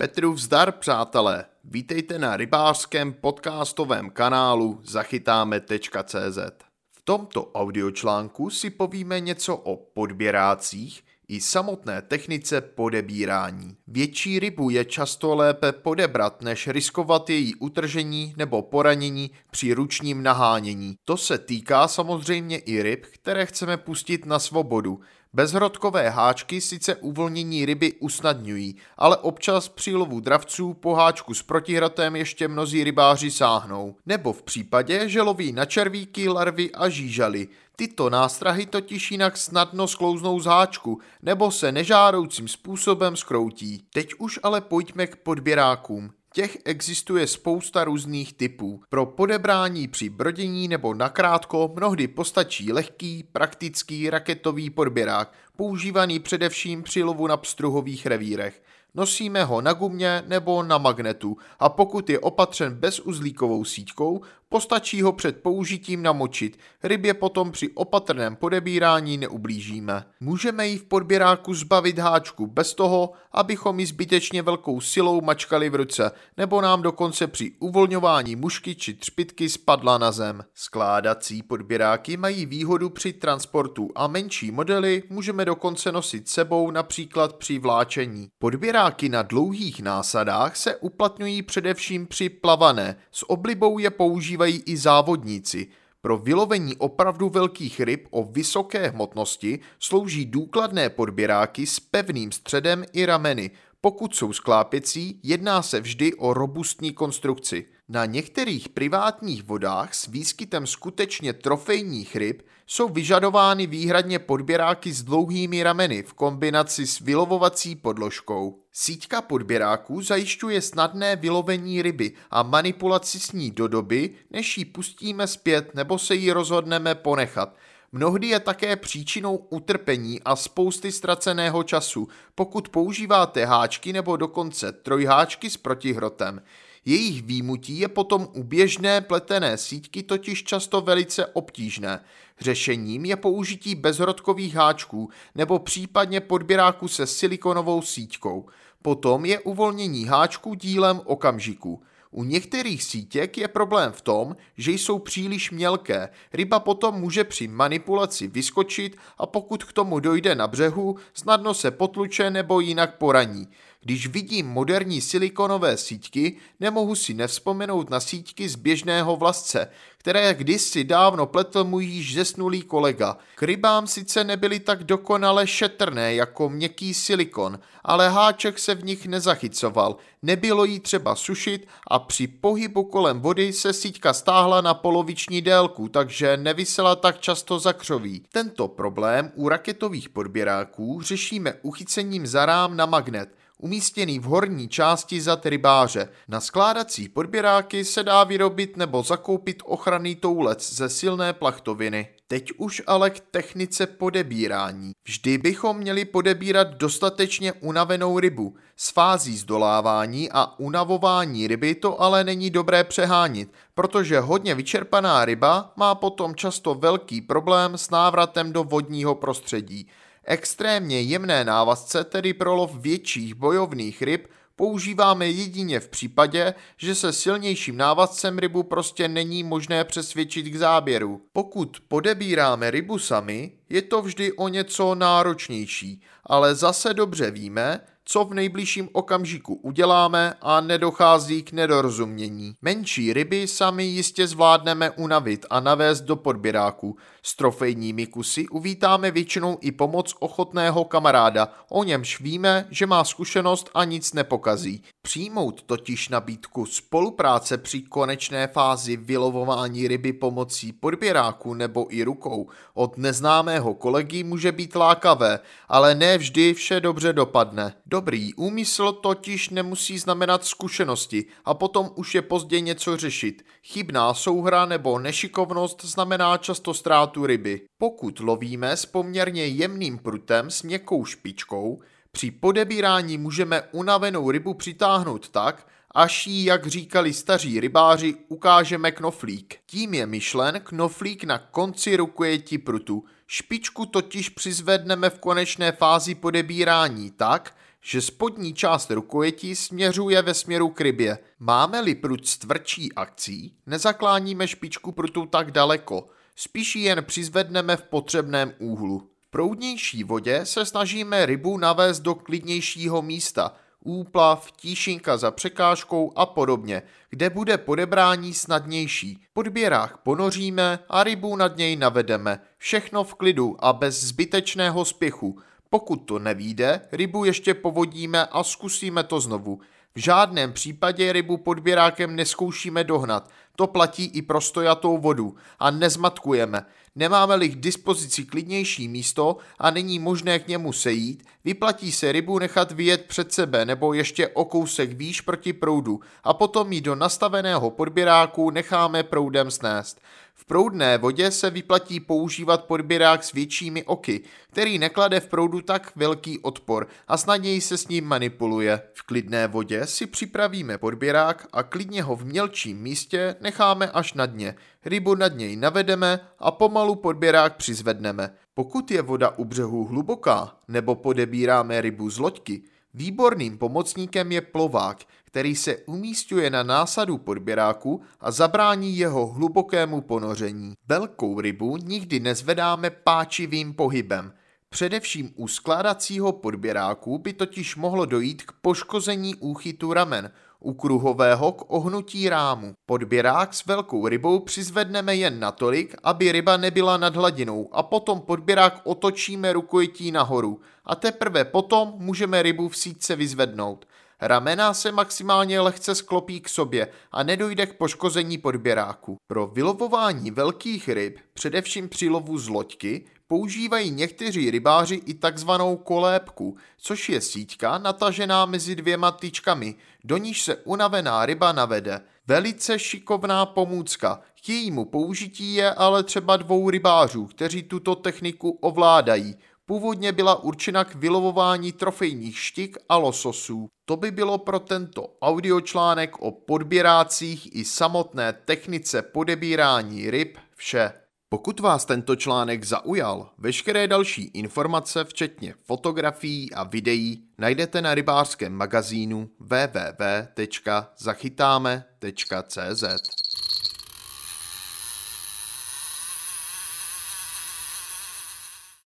Petrův zdar, přátelé, vítejte na rybářském podcastovém kanálu zachytáme.cz. V tomto audiočlánku si povíme něco o podběrácích i samotné technice podebírání. Větší rybu je často lépe podebrat, než riskovat její utržení nebo poranění při ručním nahánění. To se týká samozřejmě i ryb, které chceme pustit na svobodu. Bezhrodkové háčky sice uvolnění ryby usnadňují, ale občas při lovu dravců po háčku s protihrotem ještě mnozí rybáři sáhnou. Nebo v případě, že loví na červíky, larvy a žížaly. Tyto nástrahy totiž jinak snadno sklouznou z háčku nebo se nežádoucím způsobem skroutí. Teď už ale pojďme k podběrákům. Těch existuje spousta různých typů. Pro podebrání při brodění nebo nakrátko mnohdy postačí lehký, praktický raketový podběrák, používaný především při lovu na pstruhových revírech. Nosíme ho na gumě nebo na magnetu a pokud je opatřen bezuzlíkovou síťkou, postačí ho před použitím namočit, rybě potom při opatrném podebírání neublížíme. Můžeme ji v podběráku zbavit háčku bez toho, abychom ji zbytečně velkou silou mačkali v ruce, nebo nám dokonce při uvolňování mušky či třpytky spadla na zem. Skládací podběráky mají výhodu při transportu a menší modely můžeme dokonce nosit sebou například při vláčení. Podběráky na dlouhých násadách se uplatňují především při plavané, s oblibou je používají i závodníci. Pro vylovení opravdu velkých ryb o vysoké hmotnosti slouží důkladné podběráky s pevným středem i rameny. Pokud jsou sklápěcí, jedná se vždy o robustní konstrukci. Na některých privátních vodách s výskytem skutečně trofejních ryb jsou vyžadovány výhradně podběráky s dlouhými rameny v kombinaci s vylovovací podložkou. Síťka podběráků zajišťuje snadné vylovení ryby a manipulaci s ní do doby, než ji pustíme zpět nebo se ji rozhodneme ponechat. Mnohdy je také příčinou utrpení a spousty ztraceného času, pokud používáte háčky nebo dokonce trojháčky s protihrotem. Jejich výjimutí je potom u běžné pletené síťky totiž často velice obtížné. Řešením je použití bezhrodkových háčků nebo případně podběráku se silikonovou síťkou. Potom je uvolnění háčku dílem okamžiku. U některých sítěk je problém v tom, že jsou příliš mělké. Ryba potom může při manipulaci vyskočit a pokud k tomu dojde na břehu, snadno se potluče nebo jinak poraní. Když vidím moderní silikonové síťky, nemohu si nevzpomenout na síťky z běžného vlasce, které kdysi dávno pletl můj již zesnulý kolega. K rybám sice nebyly tak dokonale šetrné jako měkký silikon, ale háček se v nich nezachycoval, nebylo jí třeba sušit a při pohybu kolem vody se síťka stáhla na poloviční délku, takže nevisela tak často za křoví. Tento problém u raketových podběráků řešíme uchycením za rám na magnet, umístěný v horní části zad rybáře. Na skládací podběráky se dá vyrobit nebo zakoupit ochranný toulec ze silné plachtoviny. Teď už ale k technice podebírání. Vždy bychom měli podebírat dostatečně unavenou rybu. S fází zdolávání a unavování ryby to ale není dobré přehánit, protože hodně vyčerpaná ryba má potom často velký problém s návratem do vodního prostředí. Extrémně jemné návazce, tedy pro lov větších bojovných ryb, používáme jedině v případě, že se silnějším návazcem rybu prostě není možné přesvědčit k záběru. Pokud podebíráme rybu sami, je to vždy o něco náročnější, ale zase dobře víme, co v nejbližším okamžiku uděláme a nedochází k nedorozumění. Menší ryby sami jistě zvládneme unavit a navést do podběráku. S trofejními kusy uvítáme většinou i pomoc ochotného kamaráda, o němž víme, že má zkušenost a nic nepokazí. Přijmout totiž nabídku spolupráce při konečné fázi vylovování ryby pomocí podběráku nebo i rukou od neznámého kolegy může být lákavé, ale ne vždy vše dobře dopadne. Dobrý úmysl totiž nemusí znamenat zkušenosti a potom už je pozdě něco řešit. Chybná souhra nebo nešikovnost znamená často ztrátu ryby. Pokud lovíme s poměrně jemným prutem s měkkou špičkou, při podebírání můžeme unavenou rybu přitáhnout tak, až jí, jak říkali staří rybáři, ukážeme knoflík. Tím je myšlen knoflík na konci rukojeti prutu. Špičku totiž přizvedneme v konečné fázi podebírání tak, že spodní část rukojeti směřuje ve směru k rybě. Máme-li prut s tvrdší akcí, nezakláníme špičku prutu tak daleko, spíš ji jen přizvedneme v potřebném úhlu. V proudnější vodě se snažíme rybu navést do klidnějšího místa, úplav, tíšinka za překážkou a podobně, kde bude podebrání snadnější. Podběrák ponoříme a rybu nad něj navedeme. Všechno v klidu a bez zbytečného spěchu. Pokud to nevyjde, rybu ještě povodíme a zkusíme to znovu. V žádném případě rybu podběrákem nezkoušíme dohnat. To platí i pro stojatou vodu. A nezmatkujeme. Nemáme-li k dispozici klidnější místo a není možné k němu sejít, vyplatí se rybu nechat vyjet před sebe nebo ještě o kousek výš proti proudu a potom ji do nastaveného podběráku necháme proudem snést. V proudné vodě se vyplatí používat podběrák s většími oky, který neklade v proudu tak velký odpor a snadněji se s ním manipuluje. V klidné vodě si připravíme podběrák a klidně ho v mělčím místě necháme až na dně. Rybu nad něj navedeme a pomalu podběrák přizvedneme. Pokud je voda u břehu hluboká nebo podebíráme rybu z loďky, výborným pomocníkem je plovák, který se umísťuje na násadu podběráku a zabrání jeho hlubokému ponoření. Velkou rybu nikdy nezvedáme páčivým pohybem. Především u skládacího podběráku by totiž mohlo dojít k poškození úchytu ramen, u kruhového k ohnutí rámu. Podběrák s velkou rybou přizvedneme jen natolik, aby ryba nebyla nad hladinou a potom podběrák otočíme rukojetí nahoru a teprve potom můžeme rybu v síťce vyzvednout. Ramena se maximálně lehce sklopí k sobě a nedojde k poškození podběráku. Pro vylovování velkých ryb, především při lovu z loďky, používají někteří rybáři i takzvanou kolébku, což je síťka natažená mezi dvěma tyčkami, do níž se unavená ryba navede. Velice šikovná pomůcka, k jejímu použití je ale třeba 2 rybářů, kteří tuto techniku ovládají. Původně byla určena k vylovování trofejních štik a lososů. To by bylo pro tento audiočlánek o podběrácích i samotné technice podebírání ryb vše. Pokud vás tento článek zaujal, veškeré další informace, včetně fotografií a videí, najdete na rybářském magazínu www.zachytame.cz.